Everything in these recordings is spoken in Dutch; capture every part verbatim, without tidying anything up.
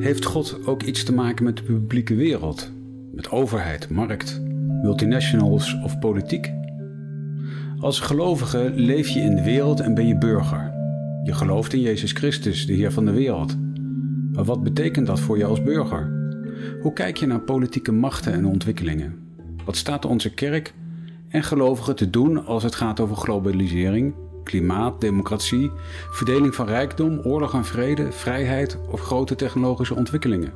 Heeft God ook iets te maken met de publieke wereld? Met overheid, markt, multinationals of politiek? Als gelovige leef je in de wereld en ben je burger. Je gelooft in Jezus Christus, de Heer van de wereld. Maar wat betekent dat voor je als burger? Hoe kijk je naar politieke machten en ontwikkelingen? Wat staat onze kerk en gelovigen te doen als het gaat over globalisering, klimaat, democratie, verdeling van rijkdom, oorlog en vrede, vrijheid of grote technologische ontwikkelingen?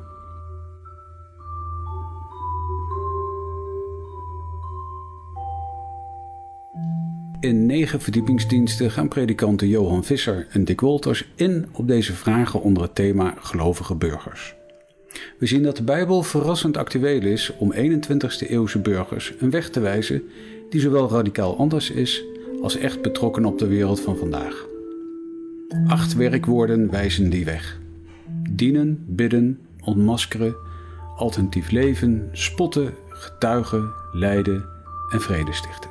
In negen verdiepingsdiensten gaan predikanten Johan Visser en Dick Wolters in op deze vragen onder het thema gelovige burgers. We zien dat de Bijbel verrassend actueel is om eenentwintigste eeuwse burgers een weg te wijzen die zowel radicaal anders is als echt betrokken op de wereld van vandaag. Acht werkwoorden wijzen die weg. Dienen, bidden, ontmaskeren, alternatief leven, spotten, getuigen, lijden en vrede stichten.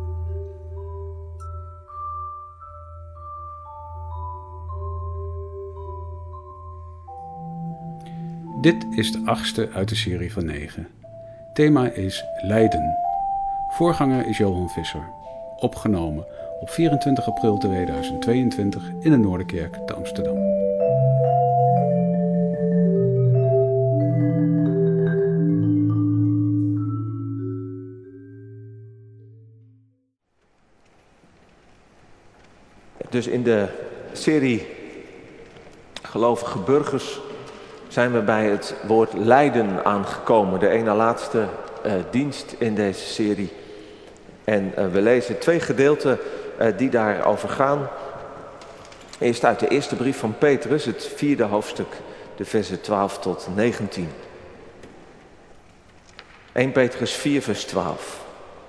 Dit is de achtste uit de serie van negen. Thema is lijden. Voorganger is Johan Visser. Opgenomen op vierentwintig april tweeduizend tweeëntwintig in de Noorderkerk te Amsterdam. Dus in de serie Gelovige Burgers zijn we bij het woord lijden aangekomen. De ene laatste uh, dienst in deze serie. En uh, we lezen twee gedeelten uh, die daarover gaan. Eerst uit de eerste brief van Petrus, het vierde hoofdstuk, de versen twaalf tot negentien. eerste Petrus vier vers twaalf.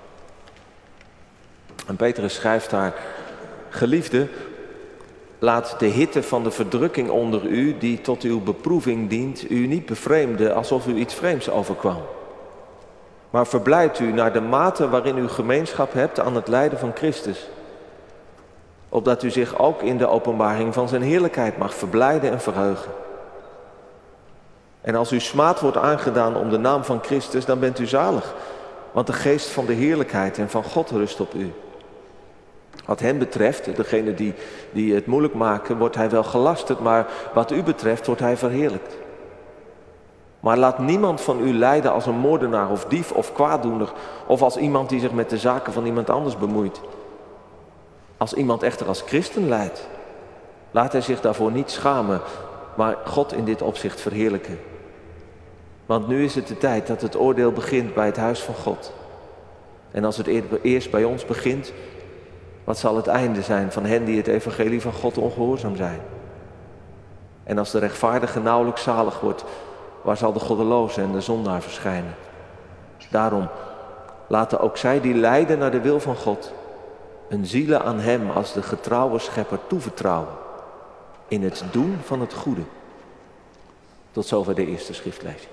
En Petrus schrijft daar: Geliefde, laat de hitte van de verdrukking onder u, die tot uw beproeving dient, u niet bevreemden alsof u iets vreemds overkwam. Maar verblijdt u naar de mate waarin u gemeenschap hebt aan het lijden van Christus. Opdat u zich ook in de openbaring van zijn heerlijkheid mag verblijden en verheugen. En als u smaad wordt aangedaan om de naam van Christus, dan bent u zalig. Want de geest van de heerlijkheid en van God rust op u. Wat hen betreft, degene die, die het moeilijk maken, wordt hij wel gelasterd, maar wat u betreft wordt hij verheerlijkt. Maar laat niemand van u lijden als een moordenaar of dief of kwaaddoener, of als iemand die zich met de zaken van iemand anders bemoeit. Als iemand echter als christen lijdt, laat hij zich daarvoor niet schamen, maar God in dit opzicht verheerlijken. Want nu is het de tijd dat het oordeel begint bij het huis van God. En als het eerst bij ons begint, wat zal het einde zijn van hen die het evangelie van God ongehoorzaam zijn? En als de rechtvaardige nauwelijks zalig wordt, waar zal de goddeloze en de zondaar verschijnen? Daarom laten ook zij die lijden naar de wil van God, hun zielen aan hem als de getrouwe schepper toevertrouwen, in het doen van het goede. Tot zover de eerste schriftlezing.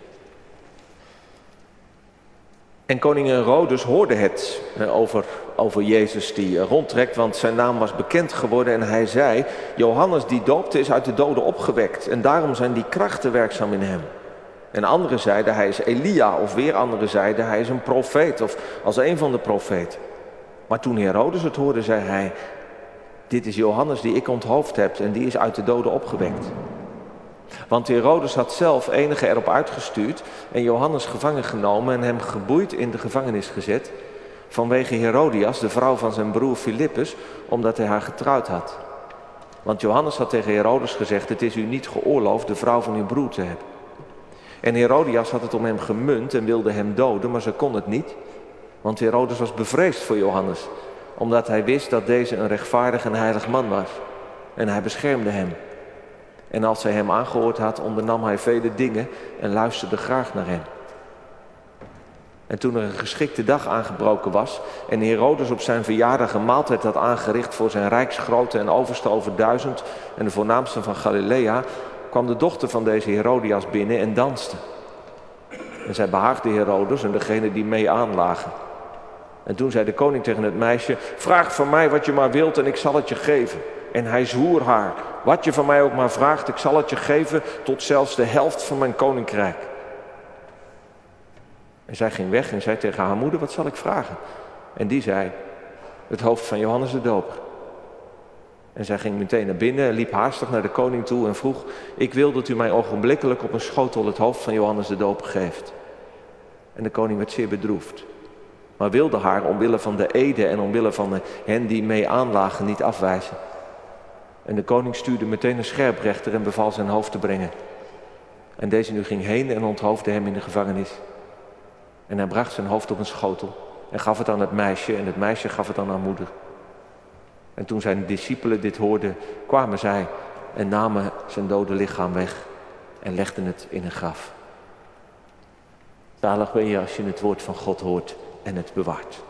En koning Herodes hoorde het over, over Jezus die rondtrekt, want zijn naam was bekend geworden en hij zei: Johannes die doopte is uit de doden opgewekt en daarom zijn die krachten werkzaam in hem. En anderen zeiden hij is Elia, of weer anderen zeiden hij is een profeet of als een van de profeten. Maar toen Herodes het hoorde, zei hij: dit is Johannes die ik onthoofd heb en die is uit de doden opgewekt. Want Herodes had zelf enigen erop uitgestuurd en Johannes gevangen genomen en hem geboeid in de gevangenis gezet, vanwege Herodias, de vrouw van zijn broer Filippus, omdat hij haar getrouwd had. Want Johannes had tegen Herodes gezegd: het is u niet geoorloofd de vrouw van uw broer te hebben. En Herodias had het om hem gemunt en wilde hem doden, maar ze kon het niet. Want Herodes was bevreesd voor Johannes, omdat hij wist dat deze een rechtvaardig en heilig man was. En hij beschermde hem. En als zij hem aangehoord had, ondernam hij vele dingen en luisterde graag naar hem. En toen er een geschikte dag aangebroken was en Herodes op zijn verjaardag een maaltijd had aangericht voor zijn rijksgrote en overste over duizend en de voornaamsten van Galilea, kwam de dochter van deze Herodias binnen en danste. En zij behaagde Herodes en degene die mee aanlagen. En toen zei de koning tegen het meisje: vraag van mij wat je maar wilt en ik zal het je geven. En hij zwoer haar, wat je van mij ook maar vraagt, ik zal het je geven tot zelfs de helft van mijn koninkrijk. En zij ging weg en zei tegen haar moeder, wat zal ik vragen? En die zei, het hoofd van Johannes de Doper. En zij ging meteen naar binnen en liep haastig naar de koning toe en vroeg, ik wil dat u mij ogenblikkelijk op een schotel het hoofd van Johannes de Doper geeft. En de koning werd zeer bedroefd, maar wilde haar omwille van de ede en omwille van de hen die mee aanlagen niet afwijzen. En de koning stuurde meteen een scherprechter en beval zijn hoofd te brengen. En deze nu ging heen en onthoofde hem in de gevangenis. En hij bracht zijn hoofd op een schotel en gaf het aan het meisje en het meisje gaf het aan haar moeder. En toen zijn discipelen dit hoorden, kwamen zij en namen zijn dode lichaam weg en legden het in een graf. Zalig ben je als je het woord van God hoort en het bewaart.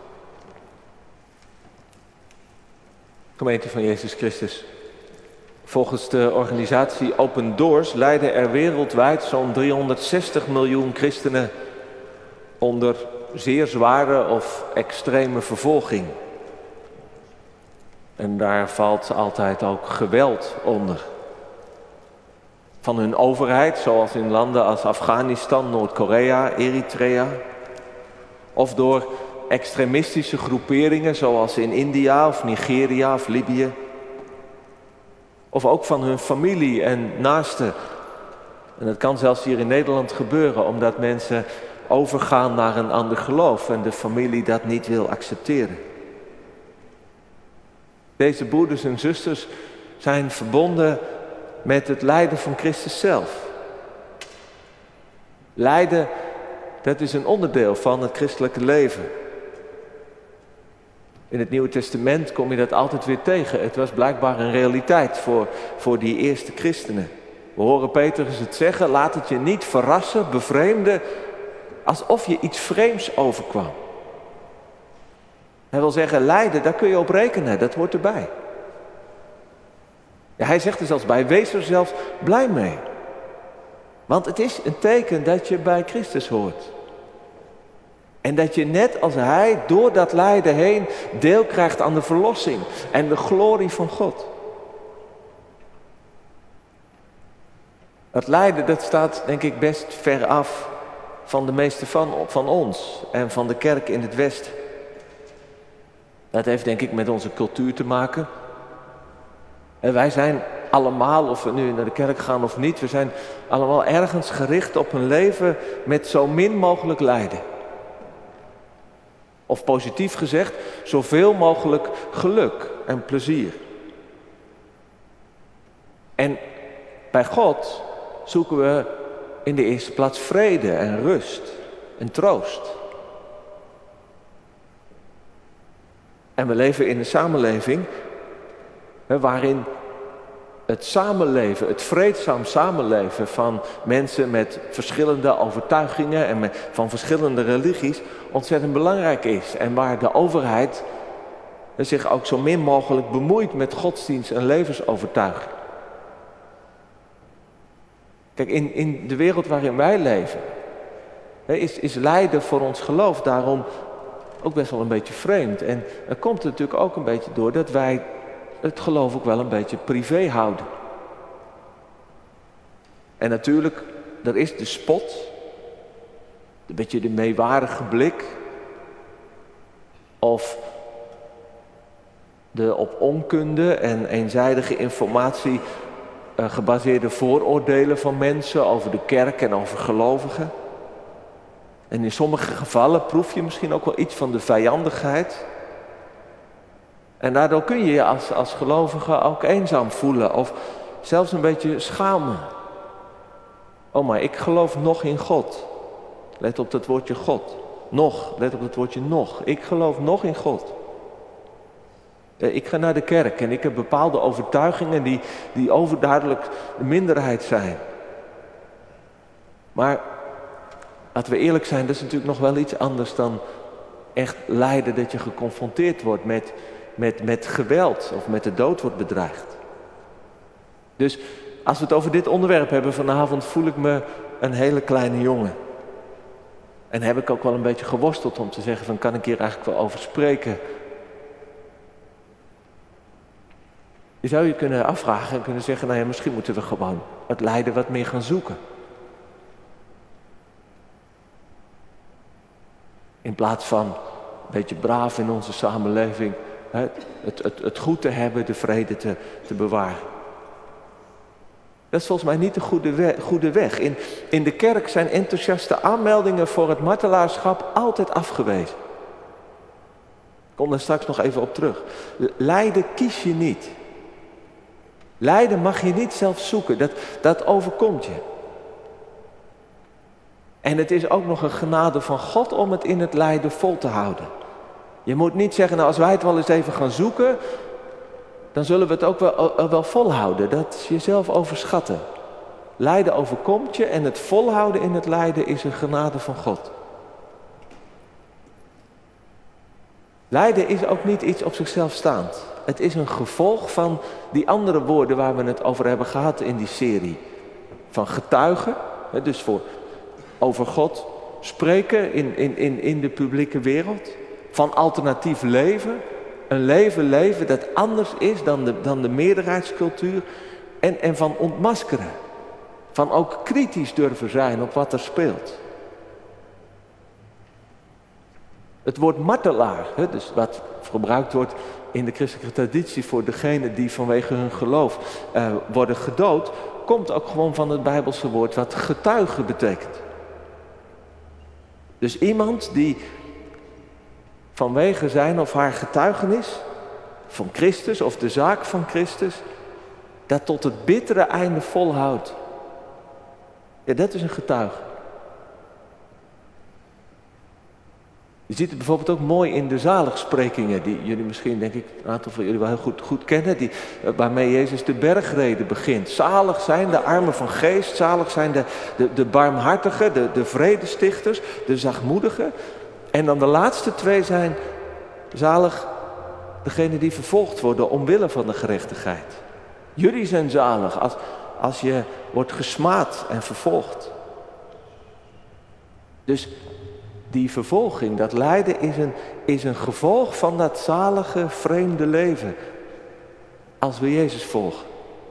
Gemeente van Jezus Christus. Volgens de organisatie Open Doors lijden er wereldwijd zo'n driehonderdzestig miljoen christenen onder zeer zware of extreme vervolging. En daar valt altijd ook geweld onder. Van hun overheid, zoals in landen als Afghanistan, Noord-Korea, Eritrea. Of door extremistische groeperingen zoals in India of Nigeria of Libië. Of ook van hun familie en naasten. En dat kan zelfs hier in Nederland gebeuren, omdat mensen overgaan naar een ander geloof en de familie dat niet wil accepteren. Deze broeders en zusters zijn verbonden met het lijden van Christus zelf. Lijden, dat is een onderdeel van het christelijke leven. In het Nieuwe Testament kom je dat altijd weer tegen. Het was blijkbaar een realiteit voor, voor die eerste christenen. We horen Petrus het zeggen, laat het je niet verrassen, bevreemden, alsof je iets vreemds overkwam. Hij wil zeggen, lijden, daar kun je op rekenen, dat hoort erbij. Ja, hij zegt er zelfs bij, wees er zelfs blij mee. Want het is een teken dat je bij Christus hoort. En dat je net als hij door dat lijden heen deel krijgt aan de verlossing en de glorie van God. Dat lijden, dat staat denk ik best ver af van de meeste van, van ons en van de kerk in het Westen. Dat heeft denk ik met onze cultuur te maken. En wij zijn allemaal, of we nu naar de kerk gaan of niet, we zijn allemaal ergens gericht op een leven met zo min mogelijk lijden. Of positief gezegd, zoveel mogelijk geluk en plezier. En bij God zoeken we in de eerste plaats vrede en rust en troost. En we leven in een samenleving hè, waarin het samenleven, het vreedzaam samenleven van mensen met verschillende overtuigingen en met, van verschillende religies ontzettend belangrijk is. En waar de overheid zich ook zo min mogelijk bemoeit met godsdienst en levensovertuiging. Kijk, in, in de wereld waarin wij leven hè, is, is lijden voor ons geloof daarom ook best wel een beetje vreemd. En dat komt er natuurlijk ook een beetje door dat wij het geloof ook wel een beetje privé houden. En natuurlijk, er is de spot, een beetje de meewarige blik, of de op onkunde en eenzijdige informatie uh, gebaseerde vooroordelen van mensen over de kerk en over gelovigen. En in sommige gevallen proef je misschien ook wel iets van de vijandigheid. En daardoor kun je je als, als gelovige ook eenzaam voelen of zelfs een beetje schamen. Oh, maar ik geloof nog in God. Let op dat woordje God. Nog, let op dat woordje nog. Ik geloof nog in God. Ik ga naar de kerk en ik heb bepaalde overtuigingen die, die overduidelijk de minderheid zijn. Maar laten we eerlijk zijn, dat is natuurlijk nog wel iets anders dan echt lijden dat je geconfronteerd wordt met, met, met geweld of met de dood wordt bedreigd. Dus als we het over dit onderwerp hebben vanavond, voel ik me een hele kleine jongen. En heb ik ook wel een beetje geworsteld om te zeggen van, kan ik hier eigenlijk wel over spreken? Je zou je kunnen afvragen en kunnen zeggen, nou ja, misschien moeten we gewoon het lijden wat meer gaan zoeken. In plaats van een beetje braaf in onze samenleving, het, het, het, het goed te hebben, de vrede te, te bewaren. Dat is volgens mij niet de goede weg. Goede weg. In, in de kerk zijn enthousiaste aanmeldingen voor het martelaarschap altijd afgewezen. Ik kom daar straks nog even op terug. Lijden kies je niet. Lijden mag je niet zelf zoeken, dat, dat overkomt je. En het is ook nog een genade van God om het in het lijden vol te houden. Je moet niet zeggen, nou als wij het wel eens even gaan zoeken, dan zullen we het ook wel, wel volhouden. Dat is jezelf overschatten. Lijden overkomt je en het volhouden in het lijden is een genade van God. Lijden is ook niet iets op zichzelf staand. Het is een gevolg van die andere woorden waar we het over hebben gehad in die serie. Van getuigen, dus voor over God spreken in, in, in, in de publieke wereld. Van alternatief leven. Een leven leven dat anders is dan de, dan de meerderheidscultuur. En, en van ontmaskeren. Van ook kritisch durven zijn op wat er speelt. Het woord martelaar, hè, dus wat gebruikt wordt in de christelijke traditie voor degenen die vanwege hun geloof uh, worden gedood, komt ook gewoon van het Bijbelse woord wat getuige betekent. Dus iemand die vanwege zijn of haar getuigenis van Christus of de zaak van Christus, dat tot het bittere einde volhoudt. Ja, dat is een getuige. Je ziet het bijvoorbeeld ook mooi in de zaligsprekingen, die jullie misschien, denk ik, een aantal van jullie wel heel goed, goed kennen, die, waarmee Jezus de bergrede begint. Zalig zijn de armen van geest, zalig zijn de, de, de barmhartigen, de, de vredestichters, de zachtmoedigen. En dan de laatste twee zijn zalig degenen die vervolgd worden omwille van de gerechtigheid. Jullie zijn zalig als, als je wordt gesmaad en vervolgd. Dus die vervolging, dat lijden is een, is een gevolg van dat zalige, vreemde leven. Als we Jezus volgen.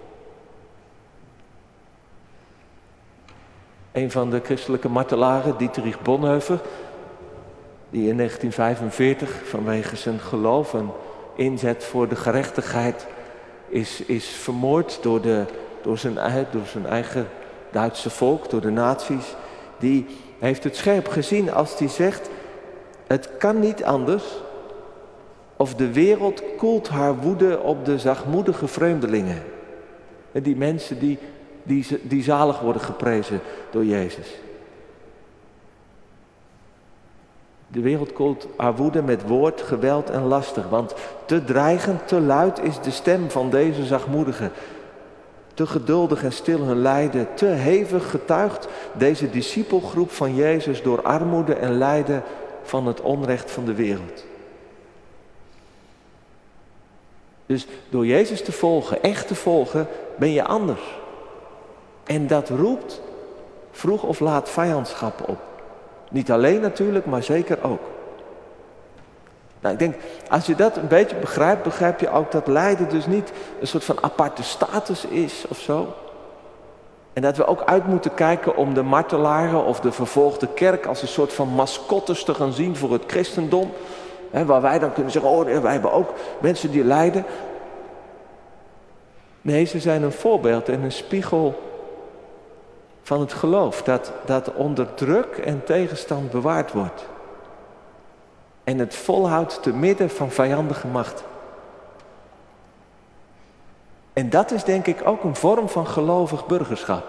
Een van de christelijke martelaren, Dietrich Bonhoeffer, die in negentien vijfenveertig vanwege zijn geloof en inzet voor de gerechtigheid is, is vermoord door, de, door, zijn, door zijn eigen Duitse volk, door de nazi's. Die heeft het scherp gezien als hij zegt, het kan niet anders of de wereld koelt haar woede op de zachtmoedige vreemdelingen. En die mensen die, die, die zalig worden geprezen door Jezus. De wereld koelt haar woede met woord, geweld en lastig, want te dreigend, te luid is de stem van deze zachtmoedigen. Te geduldig en stil hun lijden, te hevig getuigt deze discipelgroep van Jezus door armoede en lijden van het onrecht van de wereld. Dus door Jezus te volgen, echt te volgen, ben je anders. En dat roept vroeg of laat vijandschap op. Niet alleen natuurlijk, maar zeker ook. Nou, ik denk, als je dat een beetje begrijpt, begrijp je ook dat lijden dus niet een soort van aparte status is of zo. En dat we ook uit moeten kijken om de martelaren of de vervolgde kerk als een soort van mascottes te gaan zien voor het christendom. Hè, waar wij dan kunnen zeggen, oh, wij hebben ook mensen die lijden. Nee, ze zijn een voorbeeld en een spiegel van het geloof dat, dat onder druk en tegenstand bewaard wordt. En het volhoudt te midden van vijandige macht. En dat is denk ik ook een vorm van gelovig burgerschap.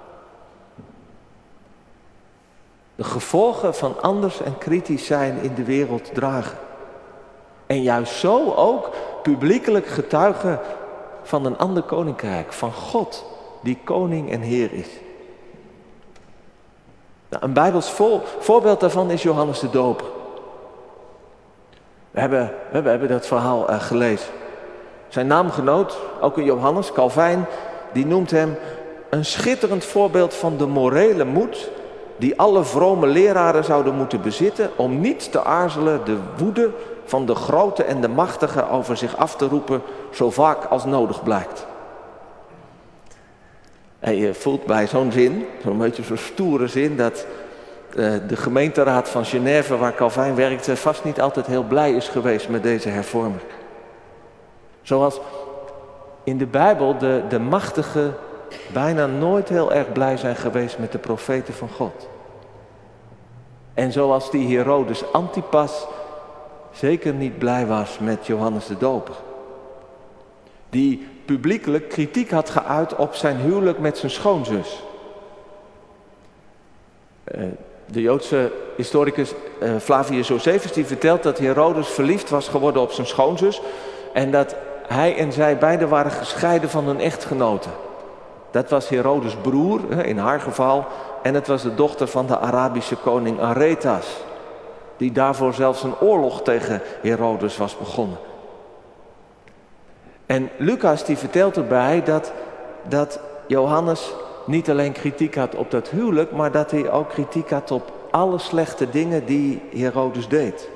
De gevolgen van anders en kritisch zijn in de wereld dragen. En juist zo ook publiekelijk getuigen van een ander koninkrijk. Van God, die koning en heer is. Nou, een Bijbels voor, voorbeeld daarvan is Johannes de Doper. We hebben, we hebben dat verhaal uh, gelezen. Zijn naamgenoot, ook een Johannes, Calvijn, die noemt hem een schitterend voorbeeld van de morele moed die alle vrome leraren zouden moeten bezitten om niet te aarzelen de woede van de grote en de machtige over zich af te roepen, zo vaak als nodig blijkt. En je voelt bij zo'n zin, zo'n beetje zo'n stoere zin, dat uh, de gemeenteraad van Genève, waar Calvijn werkte, vast niet altijd heel blij is geweest met deze hervormer. Zoals in de Bijbel de, de machtigen bijna nooit heel erg blij zijn geweest met de profeten van God. En zoals die Herodes Antipas zeker niet blij was met Johannes de Doper. Die publiekelijk kritiek had geuit op zijn huwelijk met zijn schoonzus. De Joodse historicus Flavius Josephus die vertelt dat Herodes verliefd was geworden op zijn schoonzus. En dat hij en zij beiden waren gescheiden van hun echtgenoten. Dat was Herodes' broer, in haar geval. En het was de dochter van de Arabische koning Aretas. Die daarvoor zelfs een oorlog tegen Herodes was begonnen. En Lucas die vertelt erbij dat, dat Johannes niet alleen kritiek had op dat huwelijk, maar dat hij ook kritiek had op alle slechte dingen die Herodes deed.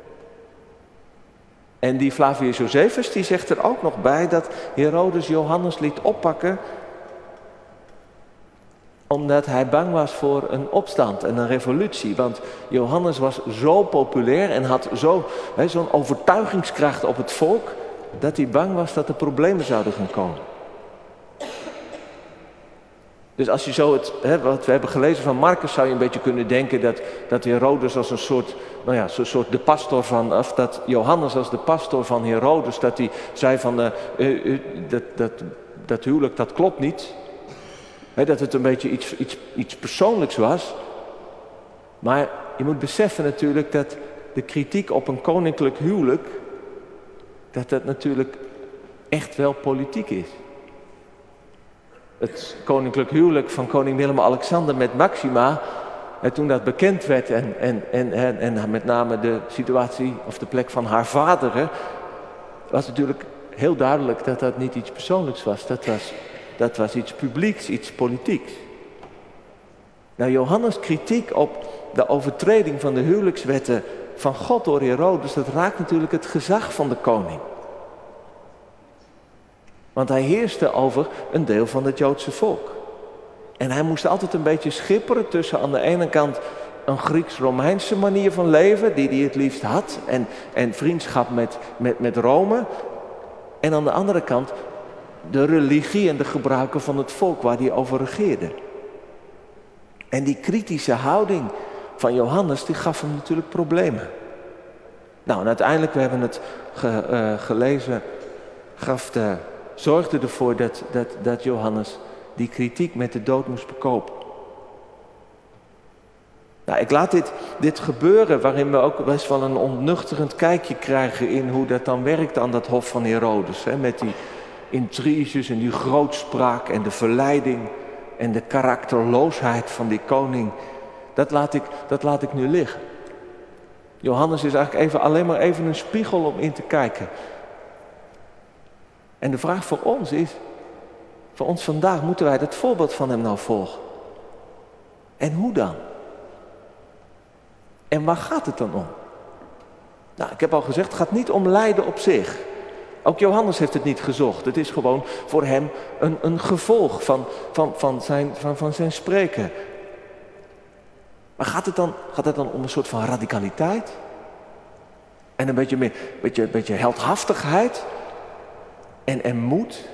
En die Flavius Josephus die zegt er ook nog bij dat Herodes Johannes liet oppakken omdat hij bang was voor een opstand en een revolutie. Want Johannes was zo populair en had zo, he, zo'n overtuigingskracht op het volk, dat hij bang was dat er problemen zouden gaan komen. Dus als je zo het, he, wat we hebben gelezen van Marcus, zou je een beetje kunnen denken dat, dat Herodes als een soort, nou ja, zo'n soort de pastor van, of dat Johannes als de pastor van Herodes, dat hij zei van, uh, uh, uh, dat, dat, dat huwelijk dat klopt niet. He, dat het een beetje iets, iets, iets persoonlijks was. Maar je moet beseffen natuurlijk dat de kritiek op een koninklijk huwelijk, dat dat natuurlijk echt wel politiek is. Het koninklijk huwelijk van koning Willem-Alexander met Maxima, en toen dat bekend werd en, en, en, en, en met name de situatie of de plek van haar vader, hè, was natuurlijk heel duidelijk dat dat niet iets persoonlijks was. Dat was, dat was iets publieks, iets politieks. Nou, Johannes' kritiek op de overtreding van de huwelijkswetten van God door Herodes, dat raakt natuurlijk het gezag van de koning. Want hij heerste over een deel van het Joodse volk. En hij moest altijd een beetje schipperen tussen aan de ene kant een Grieks-Romeinse manier van leven, die hij het liefst had, en, en vriendschap met, met, met Rome. En aan de andere kant de religie en de gebruiken van het volk waar hij over regeerde. En die kritische houding van Johannes, die gaf hem natuurlijk problemen. Nou, en uiteindelijk, we hebben het ge, uh, gelezen, gaf de, zorgde ervoor dat, dat, dat Johannes die kritiek met de dood moest bekopen. Nou, ik laat dit, dit gebeuren, waarin we ook best wel een ontnuchterend kijkje krijgen in hoe dat dan werkt aan dat hof van Herodes. Hè, met die intriges en die grootspraak en de verleiding en de karakterloosheid van die koning. Dat laat ik, dat laat ik nu liggen. Johannes is eigenlijk even, alleen maar even een spiegel om in te kijken. En de vraag voor ons is, voor ons vandaag, moeten wij dat voorbeeld van hem nou volgen? En hoe dan? En waar gaat het dan om? Nou, ik heb al gezegd, het gaat niet om lijden op zich. Ook Johannes heeft het niet gezocht. Het is gewoon voor hem een, een gevolg van, van, van, zijn, van, van zijn spreken. Maar gaat het, dan, gaat het dan om een soort van radicaliteit? En een beetje, meer, beetje, beetje heldhaftigheid? En, en moed?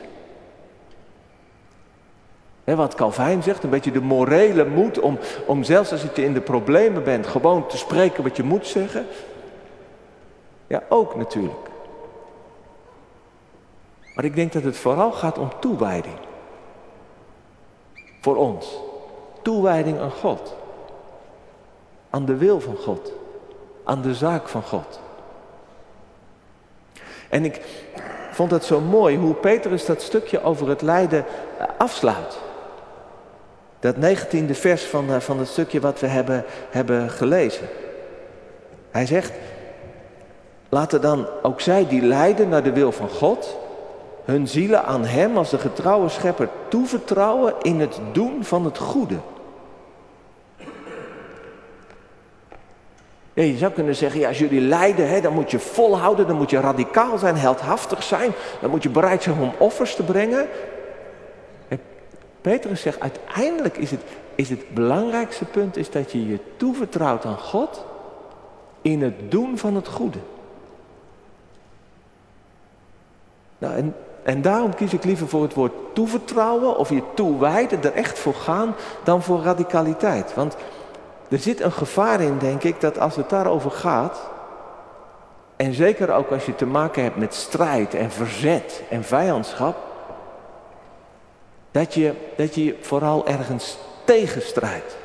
He, wat Calvijn zegt, een beetje de morele moed om, om zelfs als je in de problemen bent, gewoon te spreken wat je moet zeggen. Ja, ook natuurlijk. Maar ik denk dat het vooral gaat om toewijding. Voor ons. Toewijding aan God. Aan de wil van God. Aan de zaak van God. En ik vond het zo mooi hoe Petrus dat stukje over het lijden afsluit. Dat negentiende vers van, van het stukje wat we hebben, hebben gelezen. Hij zegt, laten dan ook zij die lijden naar de wil van God, hun zielen aan hem als de getrouwe schepper toevertrouwen in het doen van het goede. Ja, je zou kunnen zeggen, ja, als jullie lijden, hè, dan moet je volhouden, dan moet je radicaal zijn, heldhaftig zijn. Dan moet je bereid zijn om offers te brengen. En Petrus zegt, uiteindelijk is het, is het belangrijkste punt is dat je je toevertrouwt aan God in het doen van het goede. Nou, en, en daarom kies ik liever voor het woord toevertrouwen of je toewijden, er echt voor gaan, dan voor radicaliteit. Want er zit een gevaar in, denk ik, dat als het daarover gaat, en zeker ook als je te maken hebt met strijd en verzet en vijandschap, dat je dat je vooral ergens tegenstrijdt.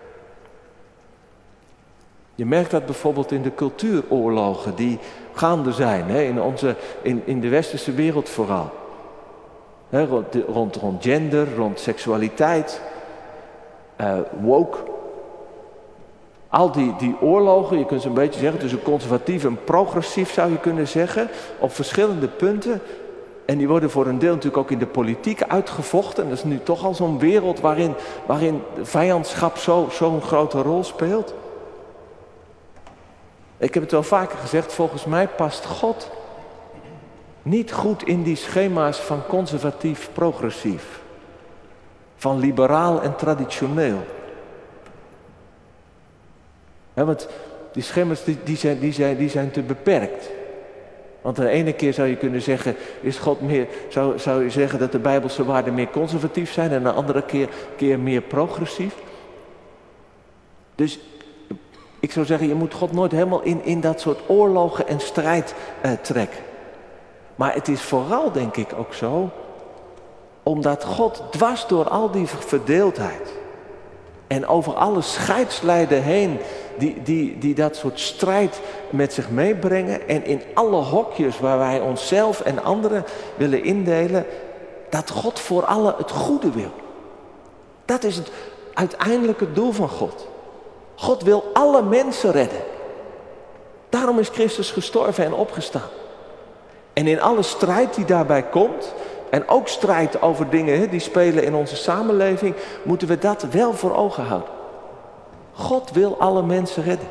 Je merkt dat bijvoorbeeld in de cultuuroorlogen die gaande zijn, hè, in, onze, in, in de westerse wereld vooral. Hè, rond, rond, rond gender, rond seksualiteit, uh, woke. Al die, die oorlogen, je kunt ze een beetje zeggen, tussen conservatief en progressief zou je kunnen zeggen, op verschillende punten. En die worden voor een deel natuurlijk ook in de politiek uitgevochten. En dat is nu toch al zo'n wereld waarin, waarin vijandschap zo, zo'n grote rol speelt. Ik heb het wel vaker gezegd, volgens mij past God niet goed in die schema's van conservatief-progressief. Van liberaal en traditioneel. He, want die schema's die, die, zijn, die, zijn, die zijn te beperkt. Want de ene keer zou je kunnen zeggen, is God meer, zou, zou je zeggen dat de Bijbelse waarden meer conservatief zijn en de andere keer, keer meer progressief. Dus ik zou zeggen, je moet God nooit helemaal in, in dat soort oorlogen en strijd eh, trekken. Maar het is vooral, denk ik, ook zo, omdat God dwars door al die verdeeldheid en over alle scheidslijnen heen die, die, die dat soort strijd met zich meebrengen en in alle hokjes waar wij onszelf en anderen willen indelen, dat God voor allen het goede wil. Dat is het uiteindelijke doel van God. God wil alle mensen redden. Daarom is Christus gestorven en opgestaan. En in alle strijd die daarbij komt, en ook strijd over dingen he, die spelen in onze samenleving, moeten we dat wel voor ogen houden. God wil alle mensen redden.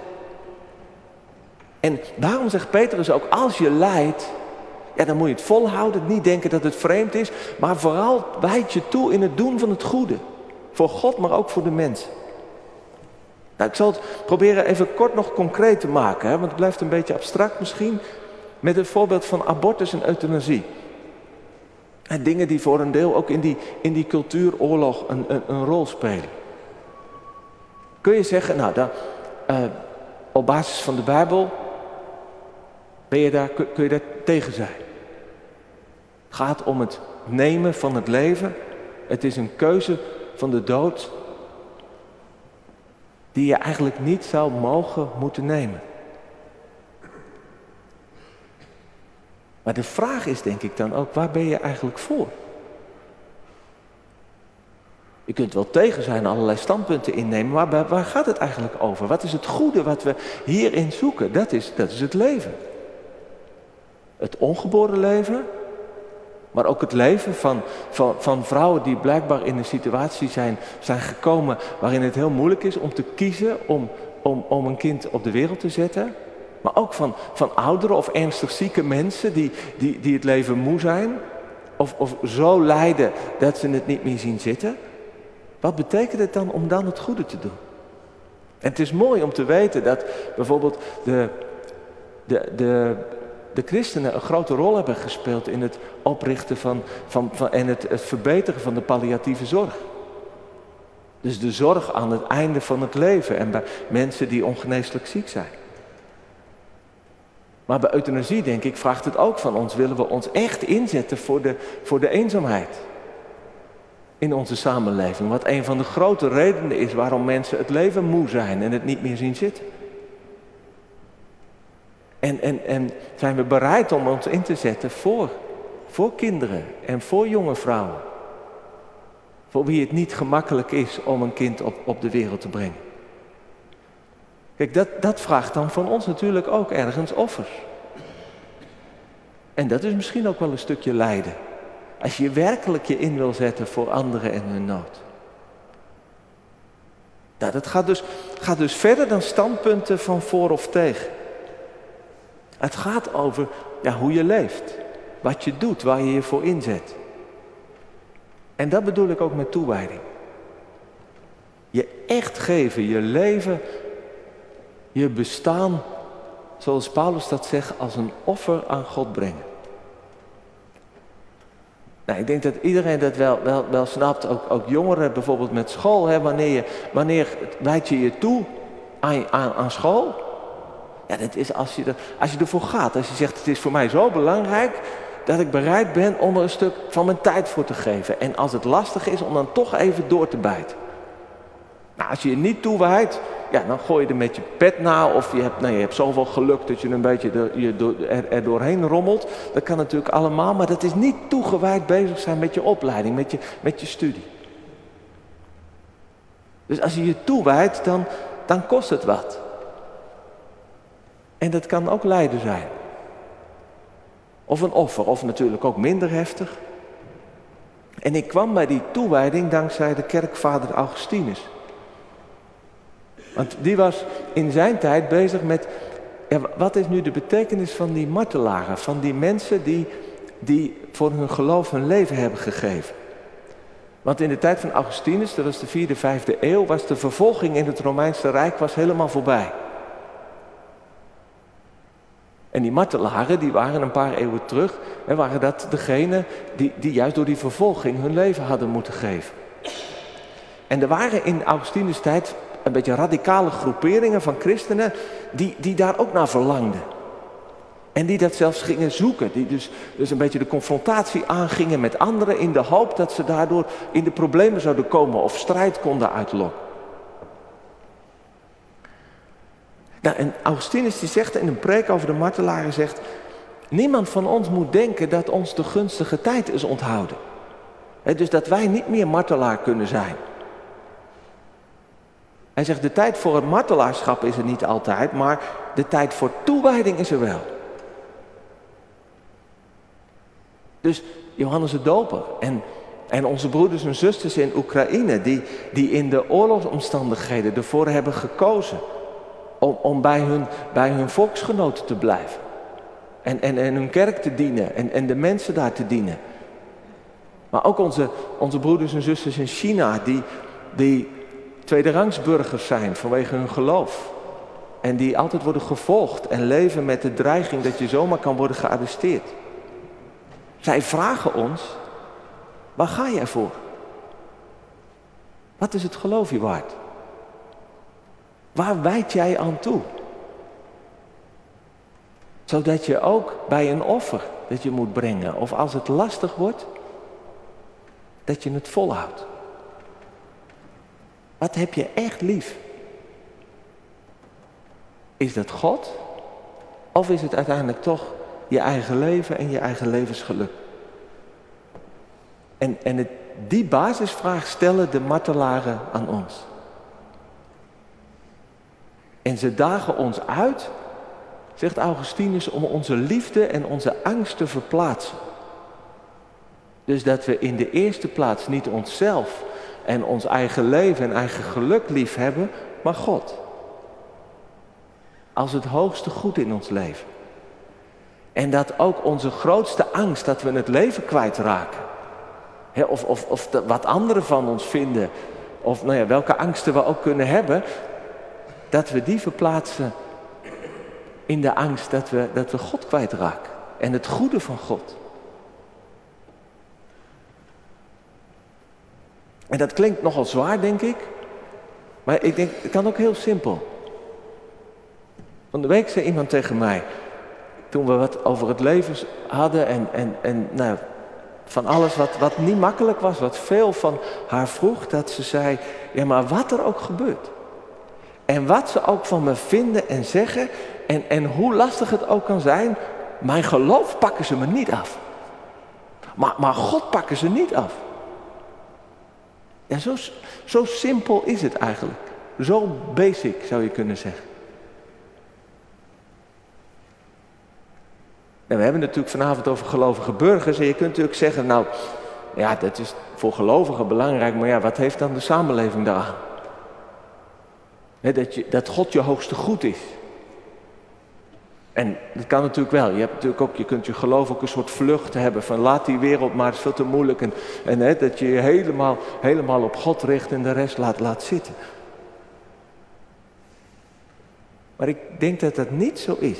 En daarom zegt Petrus ook, als je lijdt, ja, dan moet je het volhouden, niet denken dat het vreemd is, maar vooral wijd je toe in het doen van het goede. Voor God, maar ook voor de mensen. Nou, ik zal het proberen even kort nog concreet te maken, hè, want het blijft een beetje abstract misschien, met het voorbeeld van abortus en euthanasie. En dingen die voor een deel ook in die, in die cultuuroorlog een, een, een rol spelen. Kun je zeggen, nou, dan, uh, op basis van de Bijbel ben je daar, kun, kun je daar tegen zijn. Het gaat om het nemen van het leven. Het is een keuze van de dood die je eigenlijk niet zou mogen moeten nemen. Maar de vraag is denk ik dan ook, waar ben je eigenlijk voor? Je kunt wel tegen zijn, allerlei standpunten innemen, maar waar, waar gaat het eigenlijk over? Wat is het goede wat we hierin zoeken? Dat is, dat is het leven. Het ongeboren leven, maar ook het leven van, van, van vrouwen die blijkbaar in een situatie zijn, zijn gekomen waarin het heel moeilijk is om te kiezen om, om, om een kind op de wereld te zetten. Maar ook van, van oudere of ernstig zieke mensen die, die, die het leven moe zijn. Of, of zo lijden dat ze het niet meer zien zitten. Wat betekent het dan om dan het goede te doen? En het is mooi om te weten dat bijvoorbeeld de, de, de, de christenen een grote rol hebben gespeeld in het oprichten van, van, van, en het, het verbeteren van de palliatieve zorg. Dus de zorg aan het einde van het leven en bij mensen die ongeneeslijk ziek zijn. Maar bij euthanasie, denk ik, vraagt het ook van ons. Willen we ons echt inzetten voor de, voor de eenzaamheid in onze samenleving? Wat een van de grote redenen is waarom mensen het leven moe zijn en het niet meer zien zitten. En, en, en zijn we bereid om ons in te zetten voor, voor kinderen en voor jonge vrouwen. Voor wie het niet gemakkelijk is om een kind op, op de wereld te brengen. Kijk, dat, dat vraagt dan van ons natuurlijk ook ergens offers. En dat is misschien ook wel een stukje lijden. Als je werkelijk je in wil zetten voor anderen en hun nood. Nou, dat gaat dus, gaat dus verder dan standpunten van voor of tegen. Het gaat over ja, hoe je leeft. Wat je doet, waar je je voor inzet. En dat bedoel ik ook met toewijding. Je echt geven, je leven, je bestaan, zoals Paulus dat zegt, als een offer aan God brengen. Nou, ik denk dat iedereen dat wel, wel, wel snapt, ook, ook jongeren bijvoorbeeld met school. Hè, wanneer, je, wanneer wijd je je toe aan, aan, aan school? Ja, dat is als je, er, als je ervoor gaat. Als je zegt, het is voor mij zo belangrijk dat ik bereid ben om er een stuk van mijn tijd voor te geven. En als het lastig is, om dan toch even door te bijten. Nou, als je je niet toewijdt, ja, dan gooi je er met je pet na. Of je hebt, nou, je hebt zoveel geluk dat je een beetje er, je, er, er doorheen rommelt. Dat kan natuurlijk allemaal, maar dat is niet toegewijd bezig zijn met je opleiding, met je, met je studie. Dus als je je toewijdt, dan, dan kost het wat. En dat kan ook lijden zijn. Of een offer, of natuurlijk ook minder heftig. En ik kwam bij die toewijding dankzij de kerkvader Augustinus. Want die was in zijn tijd bezig met, ja, wat is nu de betekenis van die martelaren? Van die mensen die, die voor hun geloof hun leven hebben gegeven. Want in de tijd van Augustinus, dat was de vierde, vijfde eeuw, was de vervolging in het Romeinse Rijk was helemaal voorbij. En die martelaren, die waren een paar eeuwen terug, hè, waren dat degenen die, die juist door die vervolging hun leven hadden moeten geven. En er waren in Augustinus' tijd een beetje radicale groeperingen van christenen die, die daar ook naar verlangden. En die dat zelfs gingen zoeken. Die dus, dus een beetje de confrontatie aangingen met anderen in de hoop dat ze daardoor in de problemen zouden komen of strijd konden uitlokken. Nou, en Augustinus die zegt in een preek over de martelaren, zegt, niemand van ons moet denken dat ons de gunstige tijd is onthouden. He, dus dat wij niet meer martelaar kunnen zijn. Hij zegt, de tijd voor het martelaarschap is er niet altijd, maar de tijd voor toewijding is er wel. Dus Johannes de Doper en, en onze broeders en zusters in Oekraïne, die, die in de oorlogsomstandigheden ervoor hebben gekozen om, om bij, hun, bij hun volksgenoten te blijven. En, en, en hun kerk te dienen en, en de mensen daar te dienen. Maar ook onze, onze broeders en zusters in China, die, die tweederangsburgers zijn vanwege hun geloof. En die altijd worden gevolgd en leven met de dreiging dat je zomaar kan worden gearresteerd. Zij vragen ons, waar ga jij voor? Wat is het geloof je waard? Waar wijd jij aan toe? Zodat je ook bij een offer dat je moet brengen, of als het lastig wordt, dat je het volhoudt. Wat heb je echt lief? Is dat God? Of is het uiteindelijk toch je eigen leven en je eigen levensgeluk? En, en het, die basisvraag stellen de martelaren aan ons. En ze dagen ons uit, zegt Augustinus, om onze liefde en onze angst te verplaatsen. Dus dat we in de eerste plaats niet onszelf en ons eigen leven en eigen geluk lief hebben, maar God. Als het hoogste goed in ons leven. En dat ook onze grootste angst, dat we het leven kwijtraken. He, of of, of de, wat anderen van ons vinden, of nou ja, welke angsten we ook kunnen hebben, dat we die verplaatsen in de angst dat we, dat we God kwijtraken. En het goede van God. En dat klinkt nogal zwaar, denk ik. Maar ik denk, het kan ook heel simpel. Van de week zei iemand tegen mij, toen we wat over het leven hadden en, en, en nou, van alles wat, wat niet makkelijk was, wat veel van haar vroeg, dat ze zei, ja maar wat er ook gebeurt. En wat ze ook van me vinden en zeggen, en, en hoe lastig het ook kan zijn, mijn geloof pakken ze me niet af. Maar, maar God pakken ze niet af. Ja, zo, zo simpel is het eigenlijk. Zo basic zou je kunnen zeggen. En we hebben het natuurlijk vanavond over gelovige burgers. En je kunt natuurlijk zeggen, nou, ja, dat is voor gelovigen belangrijk. Maar ja, wat heeft dan de samenleving daaraan? He, dat, je, dat God je hoogste goed is. En dat kan natuurlijk wel. Je, hebt natuurlijk ook, je kunt je geloof ook een soort vlucht hebben van laat die wereld maar, het is veel te moeilijk. En, en he, dat je je helemaal, helemaal op God richt en de rest laat, laat zitten. Maar ik denk dat dat niet zo is.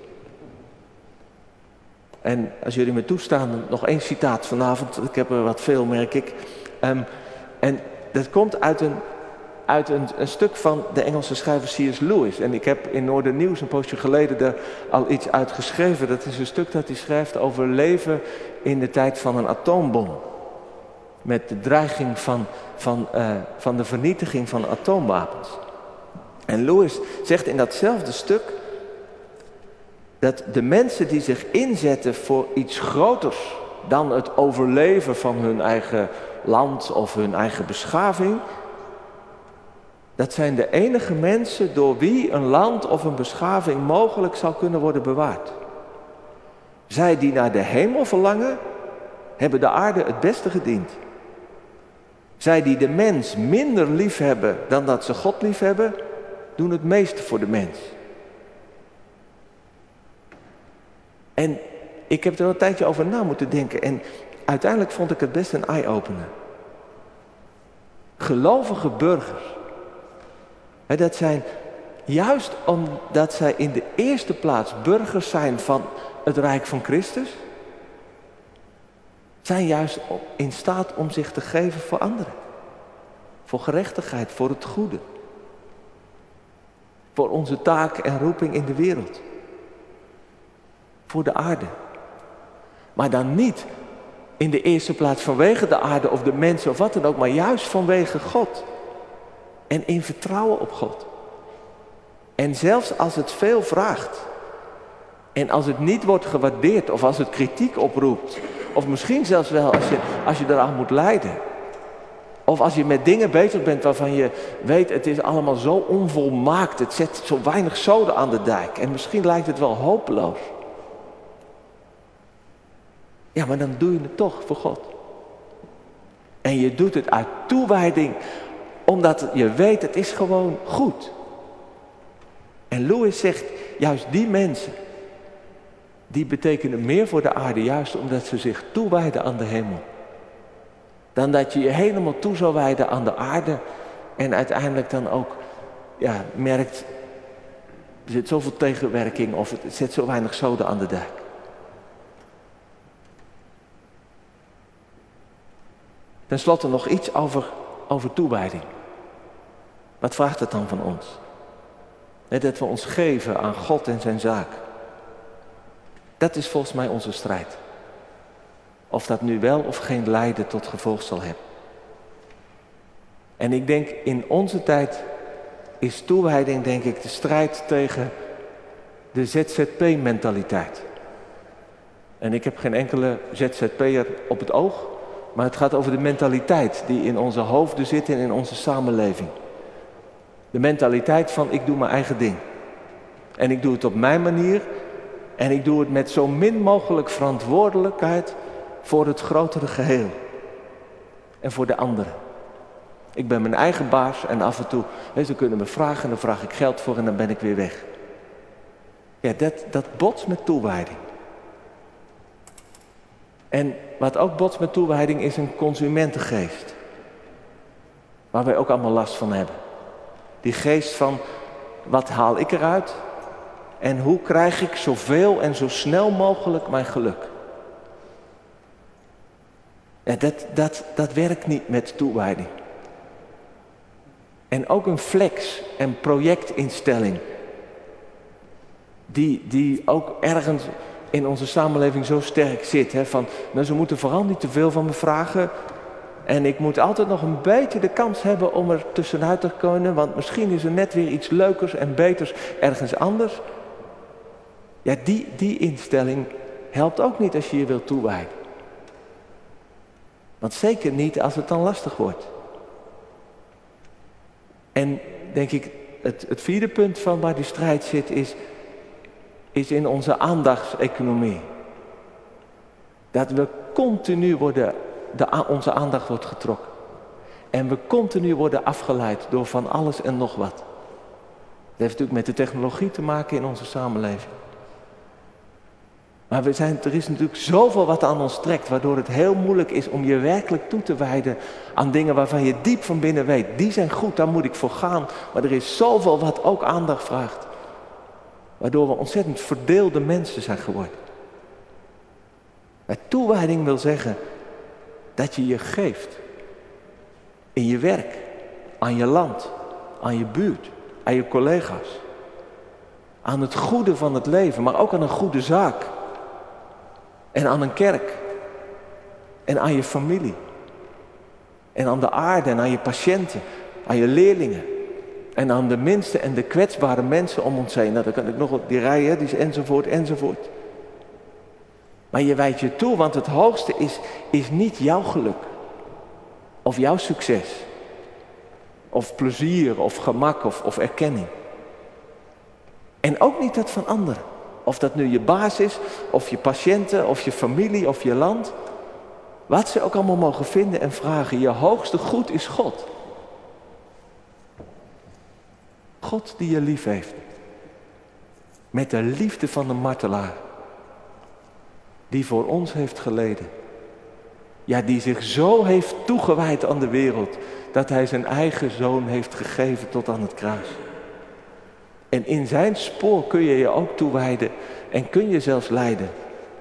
En als jullie me toestaan, nog één citaat vanavond. Ik heb er wat veel, merk ik. Um, en dat komt uit, een, uit een, een stuk van de Engelse schrijver C S Lewis. En ik heb in Noorden Nieuws een poosje geleden daar al iets uit geschreven. Dat is een stuk dat hij schrijft over leven in de tijd van een atoombom. Met de dreiging van, van, uh, van de vernietiging van atoomwapens. En Lewis zegt in datzelfde stuk dat de mensen die zich inzetten voor iets groters dan het overleven van hun eigen land of hun eigen beschaving, dat zijn de enige mensen door wie een land of een beschaving mogelijk zal kunnen worden bewaard. Zij die naar de hemel verlangen, hebben de aarde het beste gediend. Zij die de mens minder lief hebben dan dat ze God lief hebben, doen het meeste voor de mens. En ik heb er wel een tijdje over na moeten denken en uiteindelijk vond ik het best een eye-opener. Gelovige burgers, hè, dat zijn juist omdat zij in de eerste plaats burgers zijn van het Rijk van Christus, zijn juist in staat om zich te geven voor anderen. Voor gerechtigheid, voor het goede. Voor onze taak en roeping in de wereld. Voor de aarde. Maar dan niet in de eerste plaats vanwege de aarde of de mensen of wat dan ook, maar juist vanwege God. En in vertrouwen op God. En zelfs als het veel vraagt. En als het niet wordt gewaardeerd of als het kritiek oproept. Of misschien zelfs wel als je, als je eraan moet lijden. Of als je met dingen bezig bent waarvan je weet het is allemaal zo onvolmaakt. Het zet zo weinig zoden aan de dijk. En misschien lijkt het wel hopeloos. Ja, maar dan doe je het toch voor God. En je doet het uit toewijding. Omdat je weet het is gewoon goed. En Lewis zegt juist die mensen. Die betekenen meer voor de aarde juist omdat ze zich toewijden aan de hemel. Dan dat je je helemaal toe zou wijden aan de aarde. En uiteindelijk dan ook ja, merkt, er zit zoveel tegenwerking of het zit zo weinig zoden aan de dijk. Ten slotte nog iets over, over toewijding. Wat vraagt het dan van ons? Net dat we ons geven aan God en zijn zaak. Dat is volgens mij onze strijd. Of dat nu wel of geen lijden tot gevolg zal hebben. En ik denk in onze tijd is toewijding denk ik de strijd tegen de Z Z P-mentaliteit. En ik heb geen enkele Z Z P'er op het oog. Maar het gaat over de mentaliteit die in onze hoofden zit en in onze samenleving. De mentaliteit van ik doe mijn eigen ding. En ik doe het op mijn manier. En ik doe het met zo min mogelijk verantwoordelijkheid voor het grotere geheel. En voor de anderen. Ik ben mijn eigen baas en af en toe, he, ze kunnen me vragen en dan vraag ik geld voor en dan ben ik weer weg. Ja, dat, dat botst met toewijding. En wat ook botst met toewijding is een consumentengeest. Waar wij ook allemaal last van hebben. Die geest van, wat haal ik eruit? En hoe krijg ik zoveel en zo snel mogelijk mijn geluk? Ja, dat, dat, dat werkt niet met toewijding. En ook een flex en projectinstelling. Die, die ook ergens in onze samenleving zo sterk zit. Hè, van, nou, ze moeten vooral niet te veel van me vragen. En ik moet altijd nog een beetje de kans hebben om er tussenuit te kunnen. Want misschien is er net weer iets leukers en beters ergens anders. Ja, die, die instelling helpt ook niet als je je wilt toewijden. Want zeker niet als het dan lastig wordt. En denk ik, het, het vierde punt van waar die strijd zit is, is in onze aandachtseconomie. Dat we continu worden, de, onze aandacht wordt getrokken. En we continu worden afgeleid door van alles en nog wat. heeft natuurlijk met de technologie te maken in onze samenleving. Maar we zijn, er is natuurlijk zoveel wat aan ons trekt, waardoor het heel moeilijk is om je werkelijk toe te wijden aan dingen waarvan je diep van binnen weet, die zijn goed, daar moet ik voor gaan. Maar er is zoveel wat ook aandacht vraagt, waardoor we ontzettend verdeelde mensen zijn geworden. Maar toewijding wil zeggen dat je je geeft in je werk, aan je land, aan je buurt, aan je collega's, aan het goede van het leven, maar ook aan een goede zaak. En aan een kerk. En aan je familie. En aan de aarde en aan je patiënten. Aan je leerlingen. En aan de minste en de kwetsbare mensen om ons heen. Nou, dan kan ik nog op die rijen, die is enzovoort, enzovoort. Maar je wijdt je toe, want het hoogste is, is niet jouw geluk. Of jouw succes. Of plezier, of gemak, of, of erkenning. En ook niet dat van anderen. Of dat nu je baas is, of je patiënten, of je familie, of je land. Wat ze ook allemaal mogen vinden en vragen. Je hoogste goed is God. God die je lief heeft. Met de liefde van de martelaar. Die voor ons heeft geleden. Ja, die zich zo heeft toegewijd aan de wereld. Dat hij zijn eigen zoon heeft gegeven tot aan het kruis. En in zijn spoor kun je je ook toewijden en kun je zelfs lijden.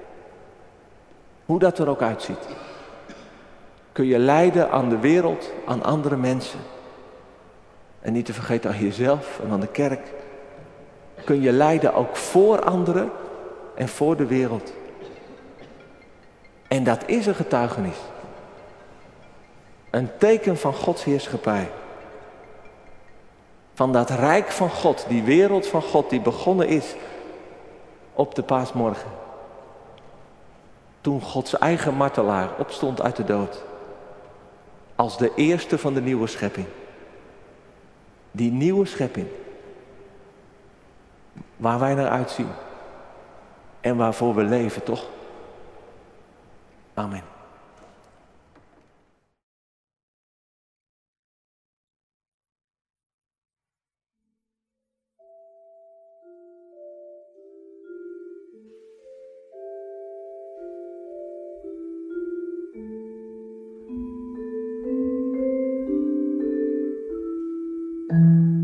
Hoe dat er ook uitziet. Kun je lijden aan de wereld, aan andere mensen. En niet te vergeten aan jezelf en aan de kerk. Kun je lijden ook voor anderen en voor de wereld. En dat is een getuigenis. Een teken van Gods heerschappij. Van dat rijk van God, die wereld van God die begonnen is op de paasmorgen. Toen Gods eigen martelaar opstond uit de dood. Als de eerste van de nieuwe schepping. Die nieuwe schepping. Waar wij naar uitzien. En waarvoor we leven, toch? Amen. Thank you.